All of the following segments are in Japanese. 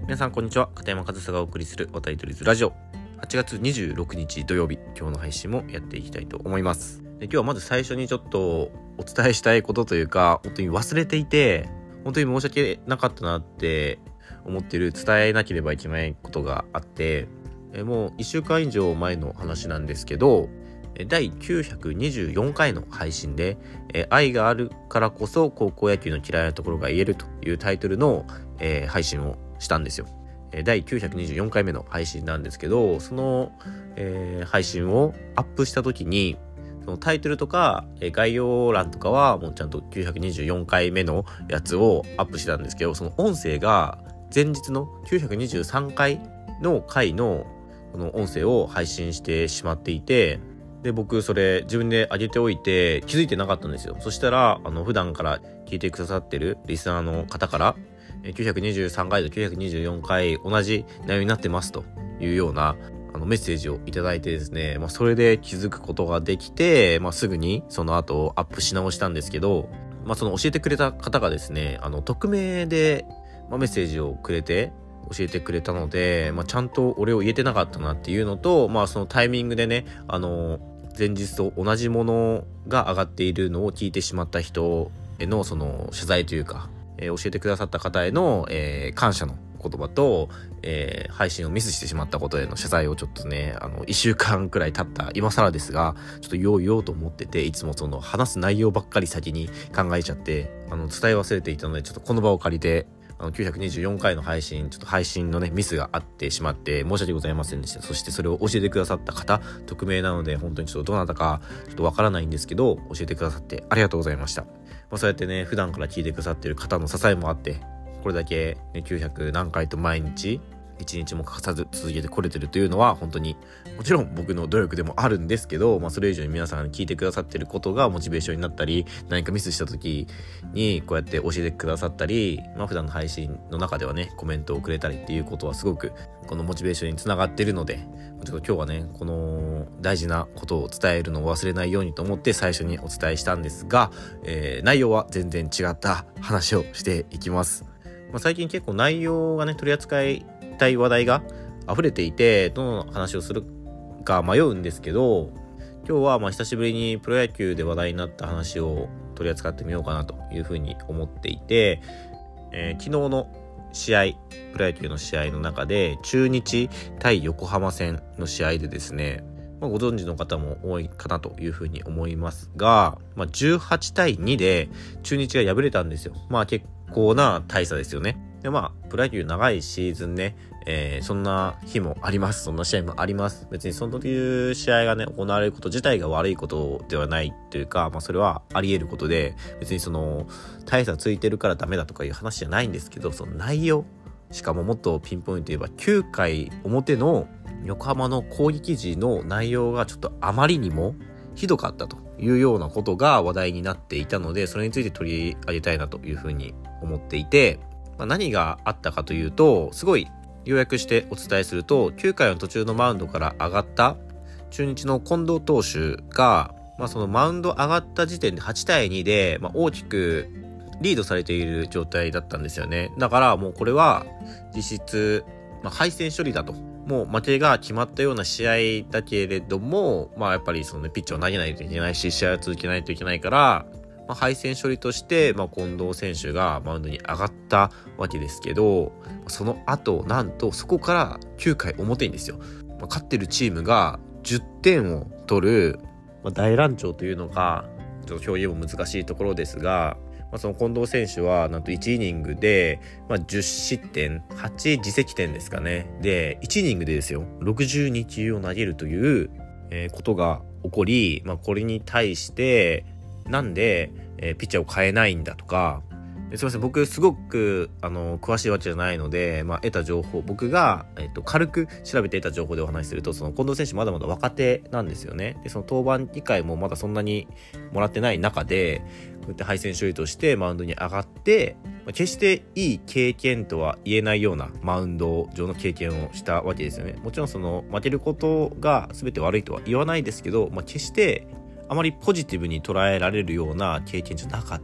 皆さんこんにちは。片山和沙がお送りする渡り鳥ズラジオ、8月26日土曜日、今日の配信もやっていきたいと思います。で、今日はまず最初にちょっとお伝えしたいことというか、本当に忘れていて本当に申し訳なかったなって思ってる、伝えなければいけないことがあって、もう1週間以上前の話なんですけど、第924回の配信で、愛があるからこそ高校野球の嫌いなところが言えるというタイトルの、配信をしたんですよ。第924回目の配信なんですけど、その、配信をアップした時に、そのタイトルとか、概要欄とかはもうちゃんと924回目のやつをアップしてたんですけど、その音声が前日の923回の回のこの音声を配信してしまっていて、で、僕それ自分で上げておいて気づいてなかったんですよ。そしたら普段から聞いてくださってるリスナーの方から、923回と924回同じ内容になってますというようなメッセージをいただいてですね、それで気づくことができて、すぐにその後アップし直したんですけど、その教えてくれた方がですね、匿名で、メッセージをくれて教えてくれたので、ちゃんと俺を言えてなかったなっていうのと、そのタイミングでね、前日と同じものが上がっているのを聞いてしまった人へのその謝罪というか、教えてくださった方への、感謝の言葉と、配信をミスしてしまったことへの謝罪をちょっとね、1週間くらい経った今更ですが、ちょっと言おうと思ってて、いつもその話す内容ばっかり先に考えちゃって、伝え忘れていたので、ちょっとこの場を借りて、924回の配信、ちょっと配信のね、ミスがあってしまって申し訳ございませんでした。そしてそれを教えてくださった方、匿名なので本当にちょっとどなたかちょっとわからないんですけど、教えてくださってありがとうございました。そうやってね、普段から聞いてくださっている方の支えもあって、これだけ、ね、900何回と毎日1日も欠かさず続けてこれてるというのは、本当にもちろん僕の努力でもあるんですけど、それ以上に皆さん聞いてくださってることがモチベーションになったり、何かミスした時にこうやって教えてくださったり、普段の配信の中ではね、コメントをくれたりっていうことはすごくこのモチベーションにつながっているので、ちょっと今日はね、この大事なことを伝えるのを忘れないようにと思って最初にお伝えしたんですが、内容は全然違った話をしていきます。最近結構内容がね、取り扱いたい話題が溢れていて、どの話をするか迷うんですけど、今日は久しぶりにプロ野球で話題になった話を取り扱ってみようかなというふうに思っていて、昨日の試合、プロ野球の試合の中で中日対横浜戦の試合でですね、ご存知の方も多いかなというふうに思いますが、18対2で中日が敗れたんですよ。結構な大差ですよね。で、プロ野球長いシーズンね、そんな日もあります。そんな試合もあります。別にそのいう試合がね、行われること自体が悪いことではないというか、それはあり得ることで、別にその大差ついてるからダメだとかいう話じゃないんですけど、その内容、しかももっとピンポイントで言えば9回表の横浜の攻撃時の内容がちょっとあまりにもひどかったというようなことが話題になっていたので、それについて取り上げたいなというふうに思っていて、何があったかというと、すごい要約してお伝えすると、9回の途中のマウンドから上がった中日の近藤投手が、そのマウンド上がった時点で8対2で、大きくリードされている状態だったんですよね。だからもうこれは実質、敗戦処理だと。もう負けが決まったような試合だけれども、やっぱりそのピッチャーを投げないといけないし、試合を続けないといけないから、敗戦処理として、近藤選手がマウンドに上がったわけですけど、その後、なんとそこから9回表にですよ、勝ってるチームが10点を取る、大乱調というのが、ちょっと表現も難しいところですが、その近藤選手はなんと1イニングで、10失点、8自責点ですかね。で、1イニングでですよ、62球を投げるという、ことが起こり、これに対して、なんで、ピッチャーを変えないんだとか、すいません、僕すごく詳しいわけじゃないので、得た情報、僕が、軽く調べて得た情報でお話しすると、その近藤選手まだまだ若手なんですよね。で、その登板機会もまだそんなにもらってない中で、こうやって敗戦処理としてマウンドに上がって、決していい経験とは言えないようなマウンド上の経験をしたわけですよね。もちろんその負けることが全て悪いとは言わないですけど、決してあまりポジティブに捉えられるような経験じゃなかった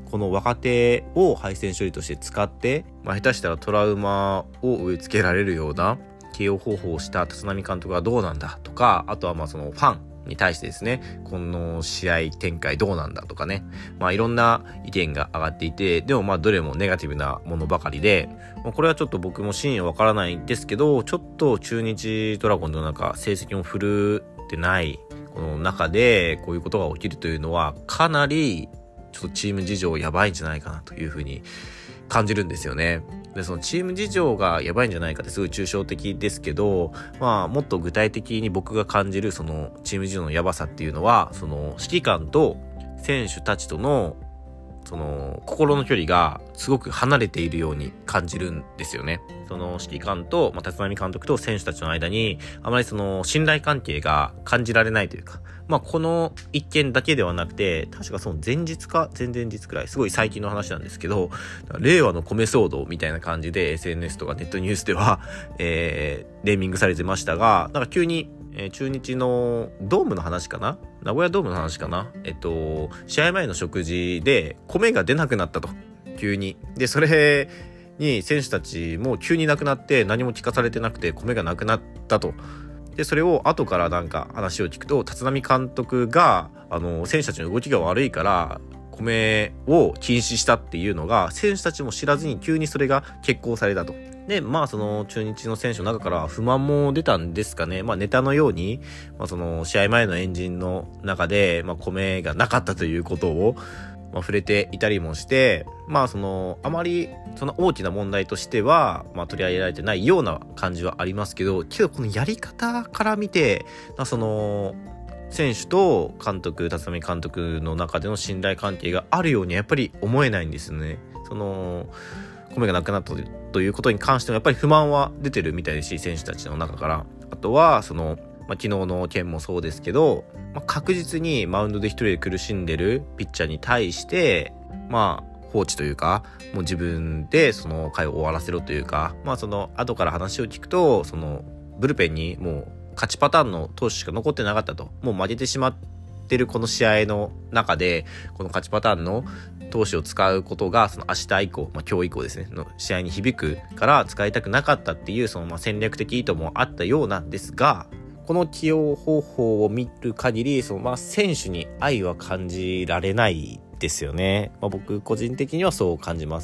この若手を配線処理として使って、下手したらトラウマを植え付けられるような起用方法をした立浪監督はどうなんだとか、あとはそのファンに対してですね、この試合展開どうなんだとかね、いろんな意見が上がっていて、でもどれもネガティブなものばかりで、これはちょっと僕も真意はわからないんですけど、ちょっと中日ドラゴンズの成績も振るってないこの中でこういうことが起きるというのは、かなりちょっとチーム事情やばいんじゃないかなというふうに感じるんですよね。で、そのチーム事情がやばいんじゃないかってすごい抽象的ですけど、もっと具体的に僕が感じるそのチーム事情のやばさっていうのは、その指揮官と選手たちとのその心の距離がすごく離れているように感じるんですよね。その指揮官と、立浪監督と選手たちの間にあまりその信頼関係が感じられないというか、この一件だけではなくて、確かその前日か前々日くらい、すごい最近の話なんですけど、令和の米騒動みたいな感じで SNS とかネットニュースでは、ネーミングされてましたが、急に中日のドームの話かな、名古屋ドームの話かな、試合前の食事で米が出なくなったと、急に。で、それに選手たちも急になくなって何も聞かされてなくて米がなくなったと。で、それを後から話を聞くと、立浪監督が選手たちの動きが悪いから米を禁止したっていうのが、選手たちも知らずに急にそれが決行されたと。で、その中日の選手の中から不満も出たんですかね。ネタのように、その試合前のエンジンの中で、米がなかったということを、触れていたりもして、あまりその大きな問題としては、取り上げられてないような感じはありますけど、このやり方から見て、その選手と監督、立浪監督の中での信頼関係があるようにやっぱり思えないんですよね。その米がなくなったということに関してもやっぱり不満は出てるみたいですし、選手たちの中から。あとはその昨日の件もそうですけど、確実にマウンドで一人で苦しんでるピッチャーに対して放置というか、もう自分でその回を終わらせろというか、その後から話を聞くと、そのブルペンにもう勝ちパターンの投手しか残ってなかったと。もう負けてしまってるこの試合の中で、この勝ちパターンの投手を使うことがその明日以降、今日以降ですねの試合に響くから使いたくなかったっていう、その戦略的意図もあったようなんですが、この起用方法を見る限り、その選手に愛は感じられないですよね。僕個人的にはそう感じます。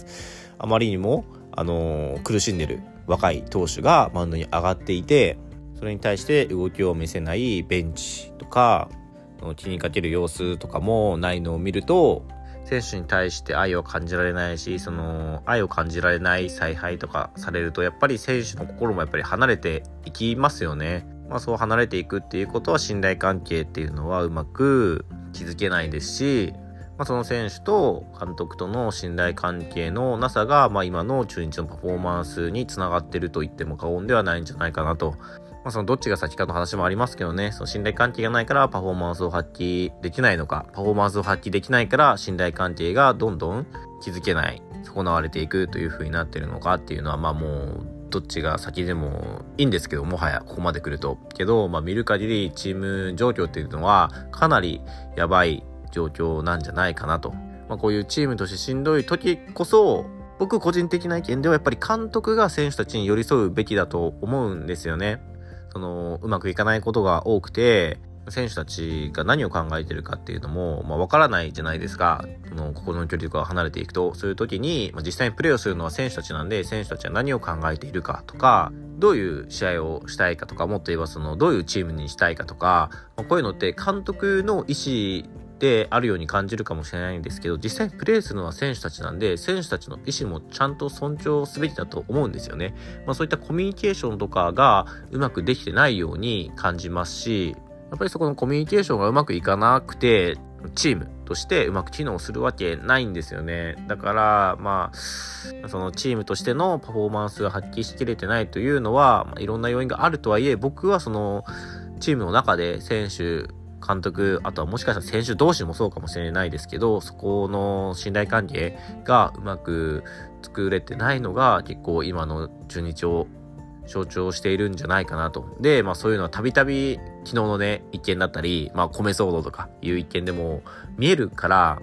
あまりにも苦しんでる若い投手がマウンドに上がっていて、それに対して動きを見せないベンチとか気にかける様子とかもないのを見ると、選手に対して愛を感じられないし、その愛を感じられない采配とかされると、やっぱり選手の心もやっぱり離れていきますよね。そう離れていくっていうことは、信頼関係っていうのはうまく築けないですし、その選手と監督との信頼関係のなさが、今の中日のパフォーマンスにつながってると言っても過言ではないんじゃないかなと。そのどっちが先かの話もありますけどね、その信頼関係がないからパフォーマンスを発揮できないのか、パフォーマンスを発揮できないから信頼関係がどんどん築けない、損なわれていくという風になってるのかっていうのは、もうどっちが先でもいいんですけど、もはやここまで来るとけど、見る限りチーム状況っていうのはかなりやばい状況なんじゃないかなと。こういうチームとしてしんどい時こそ、僕個人的な意見ではやっぱり監督が選手たちに寄り添うべきだと思うんですよね。そのうまくいかないことが多くて、選手たちが何を考えてるかっていうのもわからないじゃないですか。心の距離とか離れていくと、そういう時に実際にプレーをするのは選手たちなんで、選手たちは何を考えているかとか、どういう試合をしたいかとか、もっと言えばどういうチームにしたいかとか、こういうのって監督の意思であるように感じるかもしれないんですけど、実際にプレーするのは選手たちなんで、選手たちの意思もちゃんと尊重すべきだと思うんですよね。そういったコミュニケーションとかがうまくできてないように感じますし、やっぱりそこのコミュニケーションがうまくいかなくて、チームとしてうまく機能するわけないんですよね。だからそのチームとしてのパフォーマンスが発揮しきれてないというのは、いろんな要因があるとはいえ、僕はそのチームの中で選手、監督、あとはもしかしたら選手同士もそうかもしれないですけど、そこの信頼関係がうまく作れてないのが結構今の中日を象徴しているんじゃないかなと。で、そういうのはたびたび昨日のね、一件だったり、米騒動とかいう一件でも見えるから、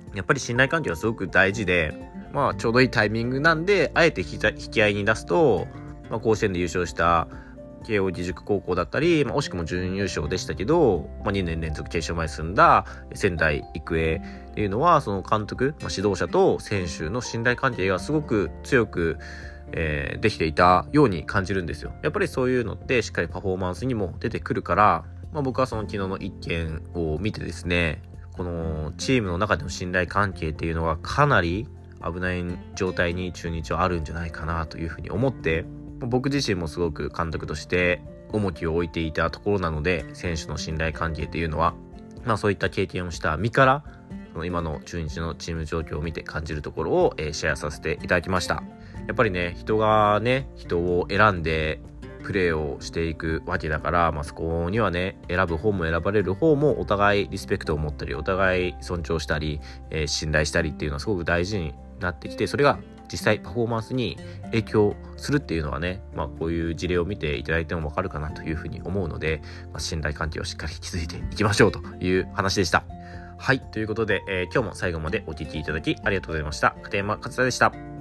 やっぱり信頼関係はすごく大事で、ちょうどいいタイミングなんで、あえて引き合いに出すと、甲子園で優勝した慶応義塾高校だったり、惜しくも準優勝でしたけど、2年連続決勝まで進んだ仙台育英っていうのは、その監督、指導者と選手の信頼関係がすごく強く、できていたように感じるんですよ。やっぱりそういうのってしっかりパフォーマンスにも出てくるから、僕はその昨日の一件を見てですね、このチームの中での信頼関係っていうのがかなり危ない状態に中日はあるんじゃないかなというふうに思って、僕自身もすごく監督として重きを置いていたところなので、選手の信頼関係っていうのは、そういった経験をした身からその今の中日のチーム状況を見て感じるところを、シェアさせていただきました。やっぱりね、人がね、人を選んでプレーをしていくわけだから、そこにはね、選ぶ方も選ばれる方もお互いリスペクトを持ったり、お互い尊重したり、信頼したりっていうのはすごく大事になってきて、それが実際パフォーマンスに影響するっていうのはね、こういう事例を見ていただいてもわかるかなというふうに思うので、信頼関係をしっかり築いていきましょうという話でした。はい、ということで、今日も最後までお聞きいただきありがとうございました。片山勝田でした。